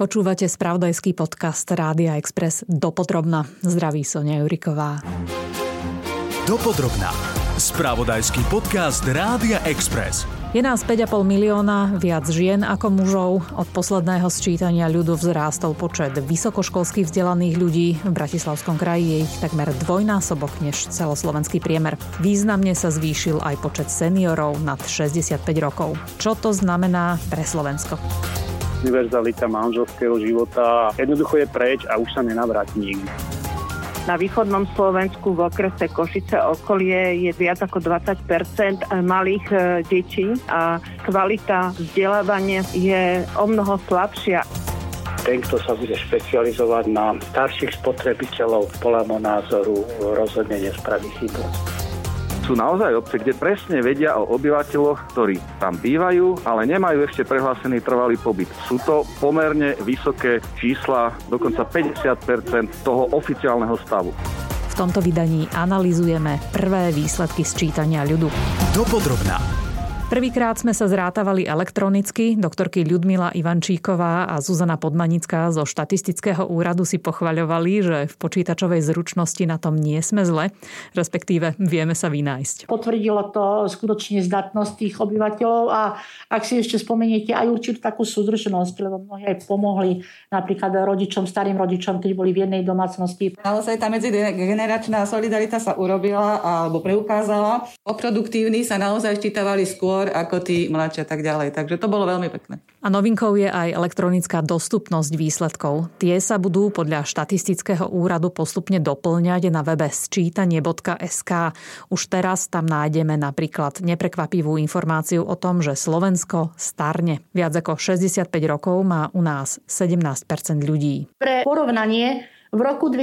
Počúvate spravodajský podcast Rádia Express Dopodrobna. Zdraví Sonia Juriková. Dopodrobna. Spravodajský podcast Rádia Express. Je nás 5,5 milióna, viac žien ako mužov. Od posledného sčítania ľudu vzrástol počet vysokoškolských vzdelaných ľudí. V Bratislavskom kraji je ich takmer dvojnásobok než celoslovenský priemer. Významne sa zvýšil aj počet seniorov nad 65 rokov. Čo to znamená pre Slovensko? Univerzalita manželského života jednoducho je preč a už sa nenavráti nikdy. Na východnom Slovensku v okrese Košice okolie je viac ako 20% malých detí a kvalita vzdelávania je omnoho slabšia. Ten, kto sa bude špecializovať na starších spotrebiteľov, podľa môjho názoru rozhodne nespraví chybu. Sú naozaj obce, kde presne vedia o obyvateľoch, ktorí tam bývajú, ale nemajú ešte prehlásený trvalý pobyt. Sú to pomerne vysoké čísla, dokonca 50% toho oficiálneho stavu. V tomto vydaní analyzujeme prvé výsledky sčítania ľudu. Dopodrobna. Prvýkrát sme sa zrátavali elektronicky. Doktorky Ľudmila Ivančíková a Zuzana Podmanická zo štatistického úradu si pochvaľovali, že v počítačovej zručnosti na tom nie sme zle, respektíve vieme sa vynájsť. Potvrdilo to skutočne zdatnosť tých obyvateľov a ak si ešte spomeniete aj určitú takú súdržnosť, lebo mnohí aj pomohli napríklad rodičom, starým rodičom, keď boli v jednej domácnosti. Naozaj tá medzigeneračná solidarita sa urobila alebo preukázala. Produktívni sa naozaj ščítavali skôr ako tí mladšie a tak ďalej. Takže to bolo veľmi pekné. A novinkou je aj elektronická dostupnosť výsledkov. Tie sa budú podľa štatistického úradu postupne doplňať na webe sčítanie.sk. Už teraz tam nájdeme napríklad neprekvapivú informáciu o tom, že Slovensko starne. Viac ako 65 rokov má u nás 17% ľudí. Pre porovnanie, v roku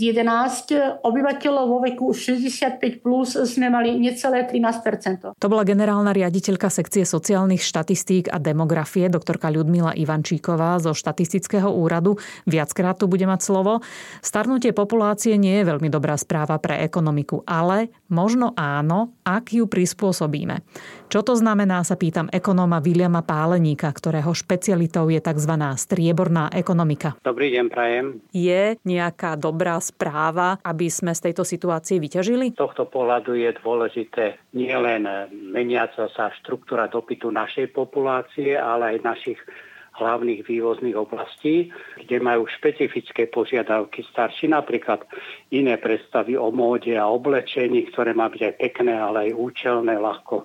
2011 obyvateľov vo veku 65 plus sme mali necelé 13%. To bola generálna riaditeľka sekcie sociálnych štatistík a demografie doktorka Ľudmila Ivančíková zo štatistického úradu. Viackrát tu bude mať slovo. Starnutie populácie nie je veľmi dobrá správa pre ekonomiku, ale možno áno, ak ju prispôsobíme. Čo to znamená, sa pýtam ekonóma Viliama Páleníka, ktorého špecialitou je tzv. Strieborná ekonomika. Dobrý deň, prajem. Je nejaká dobrá správa, aby sme z tejto situácie vyťažili? Z tohto pohľadu je dôležité nielen meniaca sa štruktúra dopytu našej populácie, ale aj našich hlavných vývozných oblastí, kde majú špecifické požiadavky starší, napríklad iné predstavy o móde a oblečení, ktoré má byť aj pekné, ale aj účelné, ľahko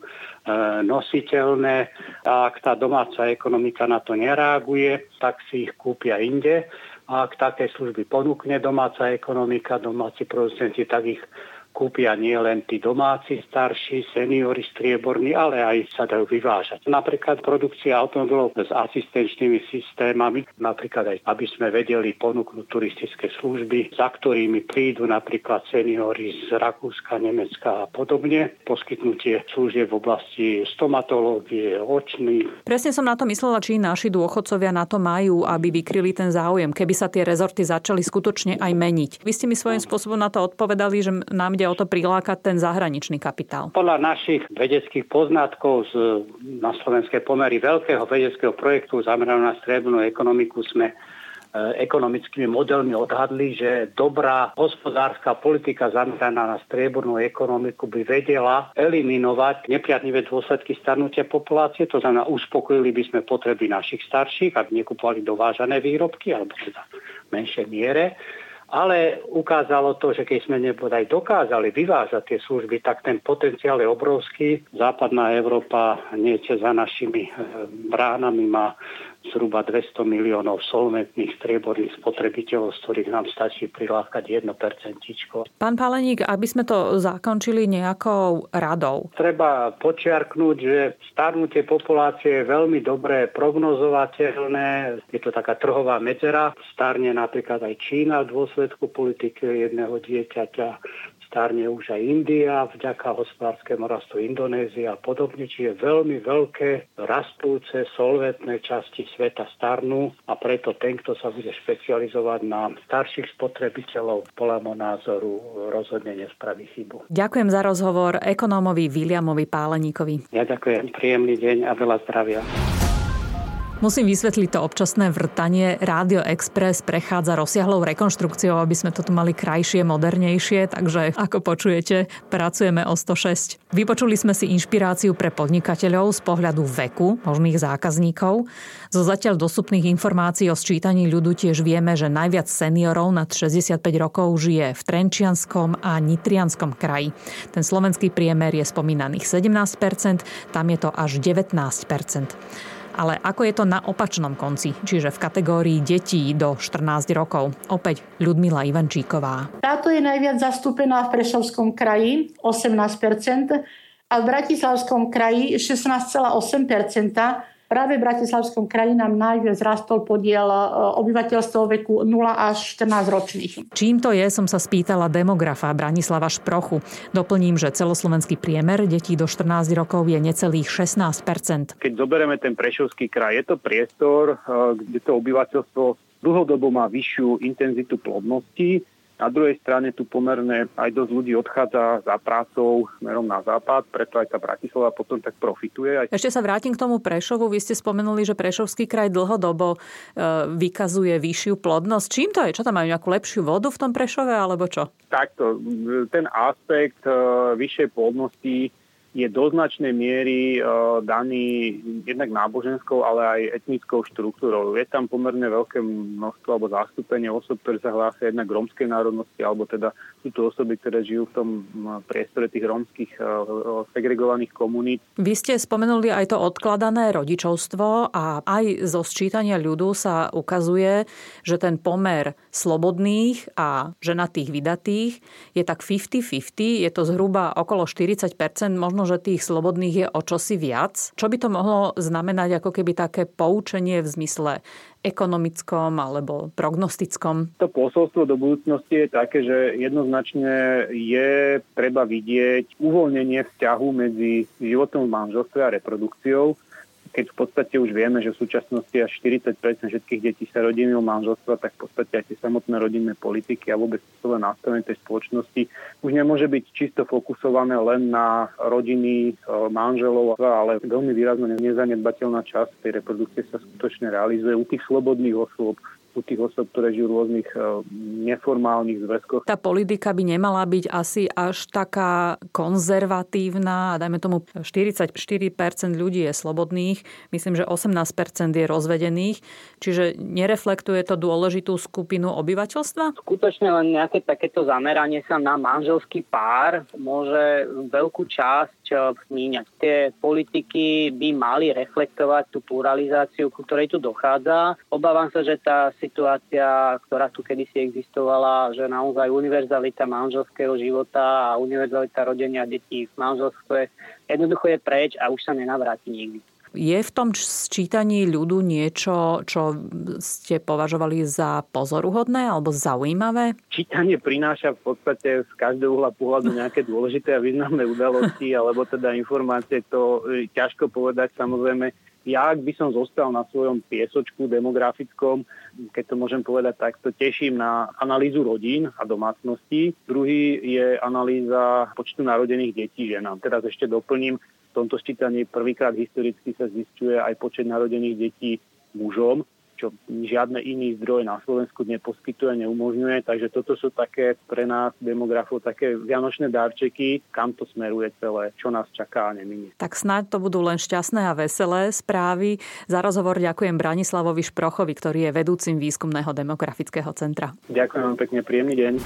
nositeľné. A ak tá domáca ekonomika na to nereaguje, tak si ich kúpia inde. A ak také služby ponúkne domáca ekonomika, domáci producenti, tak ich kúpia nie len tí domáci, starší, seniori, strieborní, ale aj sa dajú vyvážať. Napríklad produkcia automobilov s asistenčnými systémami, napríklad aj, aby sme vedeli ponúknuť turistické služby, za ktorými prídu napríklad seniori z Rakúska, Nemecka a podobne. Poskytnutie služieb v oblasti stomatológie, očný. Presne som na to myslela, či naši dôchodcovia na to majú, aby vykryli ten záujem, keby sa tie rezorty začali skutočne aj meniť. Vy ste mi svojím spôsobom na to odpovedali, že nám ide o to prilákať ten zahraničný kapitál. Podľa našich vedeckých poznatkov na slovenské pomery veľkého vedeckého projektu zameraného na striebornú ekonomiku sme ekonomickými modelmi odhadli, že dobrá hospodárska politika zameraná na striebornú ekonomiku by vedela eliminovať nepriaznivé dôsledky starnutia populácie. To znamená, uspokojili by sme potreby našich starších, aby nekupovali dovážané výrobky, alebo teda v menšej miere. Ale ukázalo to, že keď sme nebodaj dokázali vyvážať tie služby, tak ten potenciál je obrovský. Západná Európa niečo za našimi bránami má zhruba 200 miliónov solventných strieborných spotrebiteľov, z ktorých nám stačí prilákať 1%. Pán Páleník, aby sme to zakončili nejakou radou. Treba počiarknúť, že starnutie populácie je veľmi dobre prognozovateľné. Je to taká trhová medzera. Starne napríklad aj Čína v dôsledku politiky jedného dieťaťa. Starne už aj India, vďaka hospodárskemu rastu Indonézia a podobne. Čiže veľmi veľké rastúce solventné časti sveta starnú a preto ten, kto sa bude špecializovať na starších spotrebiteľov, podľa môjho názoru rozhodne nespraví chybu. Ďakujem za rozhovor ekonómovi Viliamovi Páleníkovi. Ja ďakujem, príjemný deň a veľa zdravia. Musím vysvetliť to občasné vrtanie. Rádio Express prechádza rozsiahlou rekonštrukciou, aby sme to tu mali krajšie, modernejšie, takže ako počujete, pracujeme o 106. Vypočuli sme si inšpiráciu pre podnikateľov z pohľadu veku možných zákazníkov. Zo zatiaľ dostupných informácií o sčítaní ľudu tiež vieme, že najviac seniorov nad 65 rokov žije v Trenčianskom a Nitrianskom kraji. Ten slovenský priemer je spomínaných 17%, tam je to až 19%. Ale ako je to na opačnom konci, čiže v kategórii detí do 14 rokov? Opäť Ľudmila Ivančíková. Táto je najviac zastúpená v Prešovskom kraji, 18%, a v Bratislavskom kraji 16,8%. Práve v Bratislavskom kraji nám najviac rastol podiel obyvateľstva veku 0 až 14 ročných. Čím to je, som sa spýtala demografa Branislava Šprochu. Doplním, že celoslovenský priemer detí do 14 rokov je necelých 16%. Keď zoberieme ten Prešovský kraj, je to priestor, kde to obyvateľstvo dlhodobo má vyššiu intenzitu plodnosti. Na druhej strane tu pomerne aj dosť ľudí odchádza za prácou smerom na západ, preto aj tá Bratislava potom tak profituje. Ešte sa vrátim k tomu Prešovu. Vy ste spomenuli, že Prešovský kraj dlhodobo vykazuje vyššiu plodnosť. Čím to je? Čo tam majú nejakú lepšiu vodu v tom Prešove, alebo čo? Takto, ten aspekt vyššej plodnosti je do značnej miery daný jednak náboženskou, ale aj etnickou štruktúrou. Je tam pomerne veľké množstvo alebo zastúpenie osob, ktoré sa hlásia jednak rómskej národnosti, alebo teda sú to osoby, ktoré žijú v tom priestore tých rómskych segregovaných komunít. Vy ste spomenuli aj to odkladané rodičovstvo a aj zo sčítania ľudu sa ukazuje, že ten pomer slobodných a ženatých vydatých je tak 50-50, je to zhruba okolo 40%, možno že tých slobodných je o čosi viac. Čo by to mohlo znamenať ako keby také poučenie v zmysle ekonomickom alebo prognostickom? To posolstvo do budúcnosti je také, že jednoznačne je treba vidieť uvoľnenie vzťahu medzi životom v manželstve a reprodukciou, keď v podstate už vieme, že v súčasnosti až 40% všetkých detí sa rodí mimo manželstva, tak v podstate aj tie samotné rodinné politiky a vôbec celé nastavenie tej spoločnosti už nemôže byť čisto fokusované len na rodiny manželov, ale veľmi výrazne nezanedbateľná časť tej reprodukcie sa skutočne realizuje u tých slobodných osôb, u tých osob, ktoré žijú v rôznych neformálnych zväzkoch. Tá politika by nemala byť asi až taká konzervatívna. Dajme tomu 44% ľudí je slobodných, myslím, že 18% je rozvedených. Čiže nereflektuje to dôležitú skupinu obyvateľstva? Skutočne len nejaké takéto zameranie sa na manželský pár môže veľkú časť míňať. Tie politiky by mali reflektovať tú pluralizáciu, ku ktorej tu dochádza. Obávam sa, že tá situácia, ktorá tu kedysi existovala, že naozaj univerzalita manželského života a univerzalita rodenia detí v manželstve jednoducho je preč a už sa nenavráti nikdy. Je v tom sčítaní ľudu niečo, čo ste považovali za pozoruhodné alebo zaujímavé? Čítanie prináša v podstate z každého uhla pohľadu nejaké dôležité a významné udalosti alebo teda informácie. To ťažko povedať, samozrejme. Ja, ak by som zostal na svojom piesočku demografickom, keď to môžem povedať takto, teším na analýzu rodín a domácností. Druhý je analýza počtu narodených detí ženám. Teraz ešte doplním, v tomto sčítaní prvýkrát historicky sa zisťuje aj počet narodených detí mužom, čo žiadne iný zdroj na Slovensku neposkytuje, neumožňuje. Takže toto sú také pre nás demografov také vianočné darčeky, kam to smeruje celé, čo nás čaká a neminie. Tak snáď to budú len šťastné a veselé správy. Za rozhovor ďakujem Branislavovi Šprochovi, ktorý je vedúcim výskumného demografického centra. Ďakujem pekne, príjemný deň.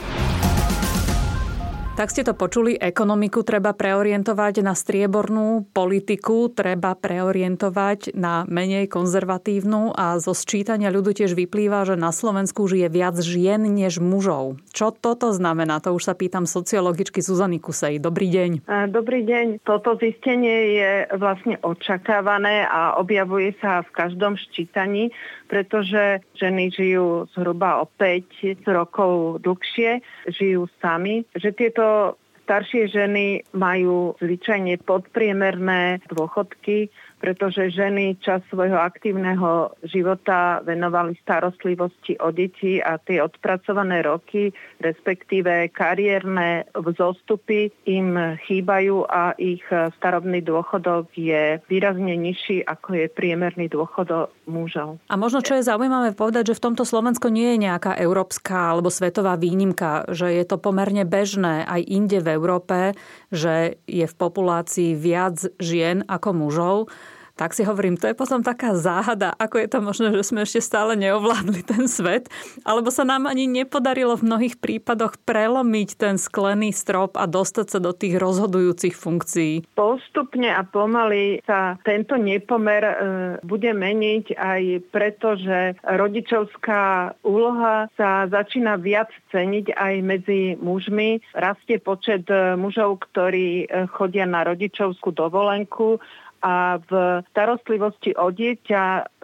Tak ste to počuli, ekonomiku treba preorientovať na striebornú, politiku treba preorientovať na menej konzervatívnu a zo sčítania ľudu tiež vyplýva, že na Slovensku žije viac žien než mužov. Čo toto znamená? To už sa pýtam sociologičky Zuzany Kusej. Dobrý deň. Dobrý deň. Toto zistenie je vlastne očakávané a objavuje sa v každom sčítaní, pretože ženy žijú zhruba o 5 rokov dlhšie, žijú sami, že tieto staršie ženy majú zvyčajne podpriemerné dôchodky, pretože ženy čas svojho aktívneho života venovali starostlivosti o deti a tie odpracované roky, respektíve kariérne vzostupy im chýbajú a ich starobný dôchodok je výrazne nižší, ako je priemerný dôchodok mužov. A možno, čo je zaujímavé povedať, že v tomto Slovensko nie je nejaká európska alebo svetová výnimka, že je to pomerne bežné aj inde v Európe, že je v populácii viac žien ako mužov. Tak si hovorím, to je potom taká záhada, ako je to možné, že sme ešte stále neovládli ten svet, alebo sa nám ani nepodarilo v mnohých prípadoch prelomiť ten sklený strop a dostať sa do tých rozhodujúcich funkcií. Postupne a pomaly sa tento nepomer bude meniť aj preto, že rodičovská úloha sa začína viac ceniť aj medzi mužmi. Rastie počet mužov, ktorí chodia na rodičovskú dovolenku, a v starostlivosti o dieťa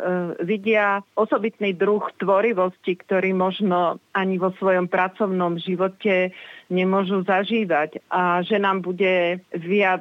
vidia osobitný druh tvorivosti, ktorý možno ani vo svojom pracovnom živote nemôžu zažívať. A že nám bude viac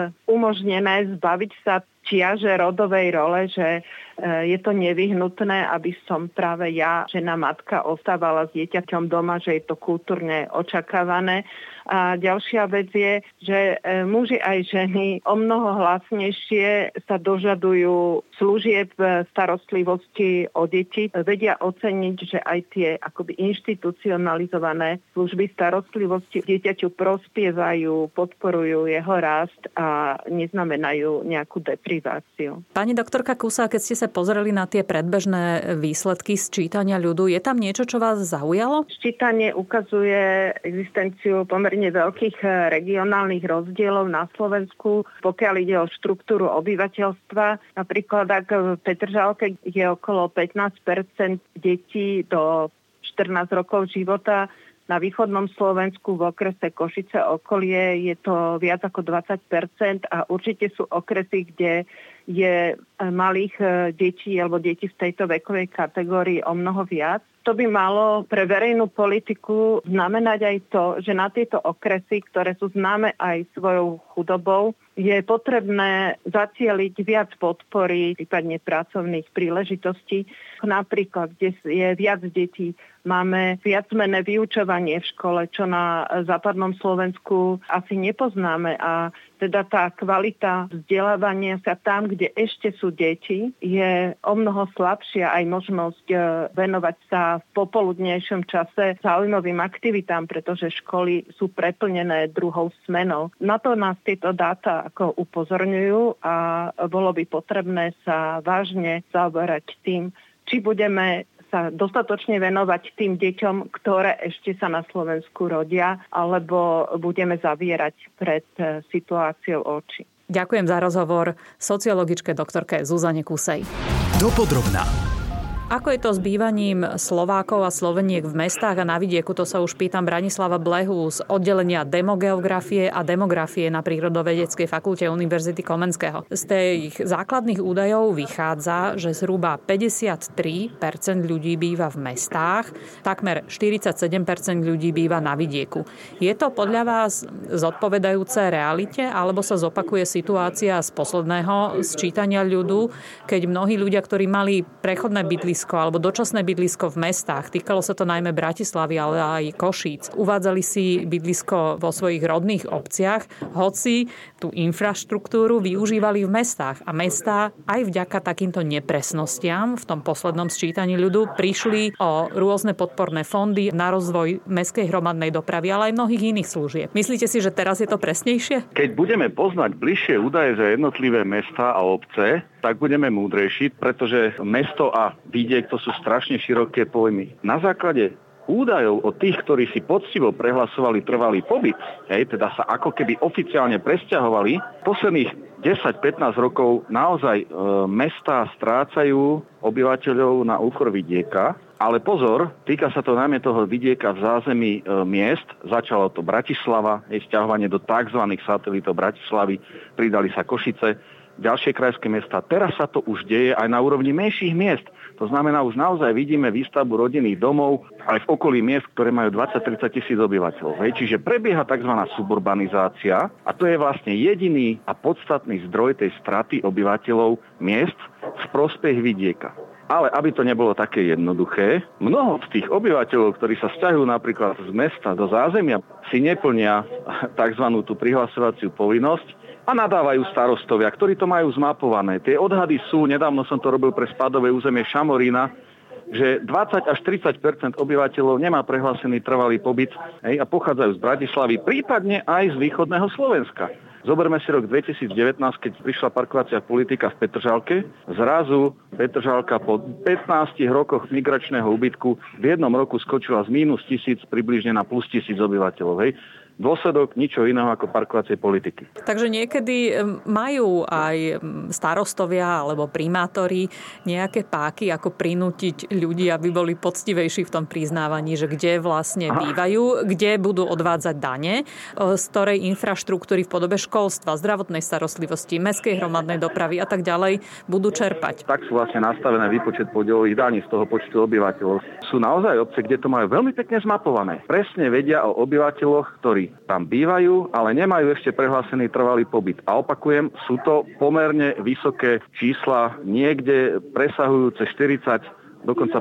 umožnené zbaviť sa čiaže rodovej role, že je to nevyhnutné, aby som práve ja, žena matka, ostávala s dieťaťom doma, že je to kultúrne očakávané. A ďalšia vec je, že muži aj ženy o mnoho hlasnejšie sa dožadujú služieb starostlivosti o deti. Vedia oceniť, že aj tie akoby inštitucionalizované služby starostlivosti dieťaťu prospievajú, podporujú jeho rast a neznamenajú nejakú depriváciu. Pani doktorka Kusa, keď ste sa pozreli na tie predbežné výsledky sčítania ľudu, je tam niečo, čo vás zaujalo? Sčítanie ukazuje existenciu pomerne veľkých regionálnych rozdielov na Slovensku, pokiaľ ide o štruktúru obyvateľstva. Napríklad, ak v Petržalke je okolo 15% detí do 14 rokov života, na východnom Slovensku v okrese Košice okolie je to viac ako 20% a určite sú okresy, kde je malých detí alebo detí v tejto vekovej kategórii o mnoho viac. To by malo pre verejnú politiku znamenať aj to, že na tieto okresy, ktoré sú známe aj svojou chudobou, je potrebné zacieliť viac podpory, prípadne pracovných príležitostí. Napríklad, kde je viac detí, máme viacmenné vyučovanie v škole, čo na západnom Slovensku asi nepoznáme. A teda tá kvalita vzdelávania sa tam, kde ešte sú deti, je o mnoho slabšia. Aj možnosť venovať sa v popoludnejšom čase zaujímavým aktivitám, pretože školy sú preplnené druhou smenou. Na to nás tieto dáta ako upozorňujú a bolo by potrebné sa vážne zaoberať tým, či budeme sa dostatočne venovať tým deťom, ktoré ešte sa na Slovensku rodia, alebo budeme zavierať pred situáciou oči. Ďakujem za rozhovor sociologičke doktorke Zuzane Kusej. Dopodrobná. Ako je to s bývaním Slovákov a Sloveniek v mestách a na vidieku? To sa už pýtam Branislava Blehu z oddelenia demogeografie a demografie na Prírodovedeckej fakulte Univerzity Komenského. Z tých základných údajov vychádza, že zhruba 53% ľudí býva v mestách, takmer 47% ľudí býva na vidieku. Je to podľa vás zodpovedajúce realite, alebo sa zopakuje situácia z posledného sčítania ľudu, keď mnohí ľudia, ktorí mali prechodné bydlisko alebo dočasné bydlisko v mestách, týkalo sa to najmä Bratislavy, ale aj Košíc, uvádzali si bydlisko vo svojich rodných obciach, hoci tú infraštruktúru využívali v mestách. A mestá aj vďaka takýmto nepresnostiam v tom poslednom sčítaní ľudu prišli o rôzne podporné fondy na rozvoj mestskej hromadnej dopravy, ale aj mnohých iných služieb. Myslíte si, že teraz je to presnejšie? Keď budeme poznať bližšie údaje za jednotlivé mestá a obce, tak budeme múdrejší, pretože mesto a vidiek to sú strašne široké pojmy. Na základe údajov od tých, ktorí si poctivo prehlasovali trvalý pobyt, teda sa ako keby oficiálne presťahovali, posledných 10-15 rokov naozaj mestá strácajú obyvateľov na úkor vidieka. Ale pozor, týka sa to najmä toho vidieka v zázemí miest. Začalo to Bratislava, sťahovanie do tzv. Satelitov Bratislavy, pridali sa Košice, ďalšie krajské mestá. Teraz sa to už deje aj na úrovni menších miest. To znamená, už naozaj vidíme výstavbu rodinných domov aj v okolí miest, ktoré majú 20-30 tisíc obyvateľov. Čiže prebieha tzv. Suburbanizácia a to je vlastne jediný a podstatný zdroj tej straty obyvateľov miest v prospech vidieka. Ale aby to nebolo také jednoduché, mnoho z tých obyvateľov, ktorí sa sťahujú napríklad z mesta do zázemia, si neplnia tzv. Tú prihlasovaciu povinnosť a nadávajú starostovia, ktorí to majú zmapované. Tie odhady sú, nedávno som to robil pre spádové územie Šamorína, že 20 až 30% obyvateľov nemá prehlásený trvalý pobyt a pochádzajú z Bratislavy, prípadne aj z východného Slovenska. Zoberme si rok 2019, keď prišla parkovacia politika v Petržalke. Zrazu Petržalka po 15 rokoch migračného úbytku v jednom roku skočila z -1000 približne na +1000 obyvateľov. Dôsledok ničo iného ako parkovacej politiky. Takže niekedy majú aj starostovia alebo primátori nejaké páky, ako prinútiť ľudí, aby boli poctivejší v tom priznávaní, že kde vlastne bývajú, kde budú odvádzať dane, z ktorej infraštruktúry v podobe školstva, zdravotnej starostlivosti, mestskej hromadnej dopravy a tak ďalej budú čerpať. Tak sú vlastne nastavené výpočet podielových daní z toho počtu obyvateľov. Sú naozaj obce, kde to majú veľmi pekne zmapované. Presne vedia o obyvateľoch, ktorí tam bývajú, ale nemajú ešte prehlásený trvalý pobyt. A opakujem, sú to pomerne vysoké čísla, niekde presahujúce 40, dokonca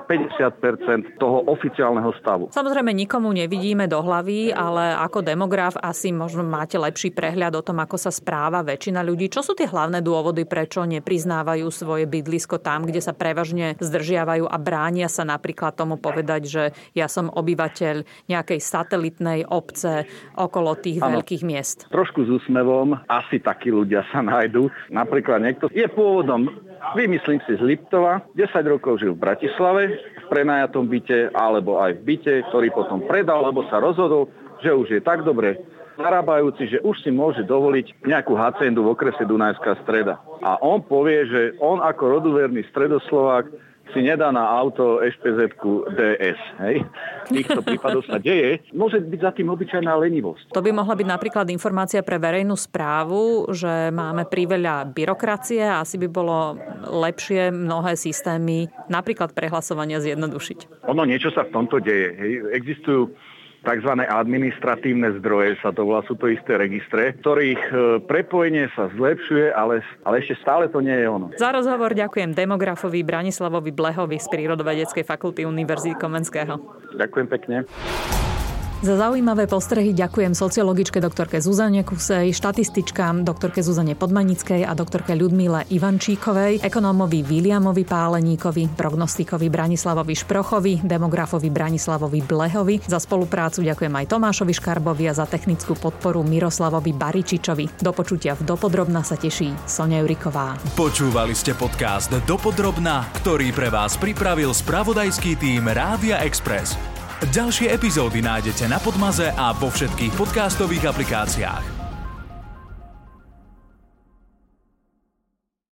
50% toho oficiálneho stavu. Samozrejme, nikomu nevidíme do hlavy, ale ako demograf asi možno máte lepší prehľad o tom, ako sa správa väčšina ľudí. Čo sú tie hlavné dôvody, prečo nepriznávajú svoje bydlisko tam, kde sa prevažne zdržiavajú a bránia sa napríklad tomu povedať, že ja som obyvateľ nejakej satelitnej obce okolo tých veľkých miest? Trošku s úsmevom, asi takí ľudia sa nájdú. Napríklad niekto je pôvodom, vymyslím si, z Liptova, 10 rokov žil v Bratislave, v prenajatom byte alebo aj v byte, ktorý potom predal, lebo sa rozhodol, že už je tak dobre zarábajúci, že už si môže dovoliť nejakú haciendu v okrese Dunajská Streda. A on povie, že on ako roduverný stredoslovák si nedá na auto SPZ-ku DS. V týchto prípadoch sa deje. Môže byť za tým obyčajná lenivosť. To by mohla byť napríklad informácia pre verejnú správu, že máme priveľa byrokracie a asi by bolo lepšie mnohé systémy, napríklad prehlasovania, zjednodušiť. Ono niečo sa v tomto deje. Existujú tzv. Administratívne zdroje, sa to volá, sú to isté registre, ktorých prepojenie sa zlepšuje, ale ešte stále to nie je ono. Za rozhovor ďakujem demografovi Branislavovi Blehovi z Prírodovedeckej fakulty Univerzity Komenského. Ďakujem pekne. Za zaujímavé postrehy ďakujem sociologičke doktorke Zuzane Kusej, štatističkám doktorke Zuzane Podmanickej a doktorke Ľudmile Ivančíkovej, ekonómovi Viliamovi Páleníkovi, prognostikovi Branislavovi Šprochovi, demografovi Branislavovi Blehovi. Za spoluprácu ďakujem aj Tomášovi Škarbovi a za technickú podporu Miroslavovi Baričičovi. Do počutia v Dopodrobna sa teší Soňa Juriková. Počúvali ste podcast Dopodrobna, ktorý pre vás pripravil spravodajský tím Rádia Express. Ďalšie epizódy nájdete na Podmaze a vo všetkých podcastových aplikáciách.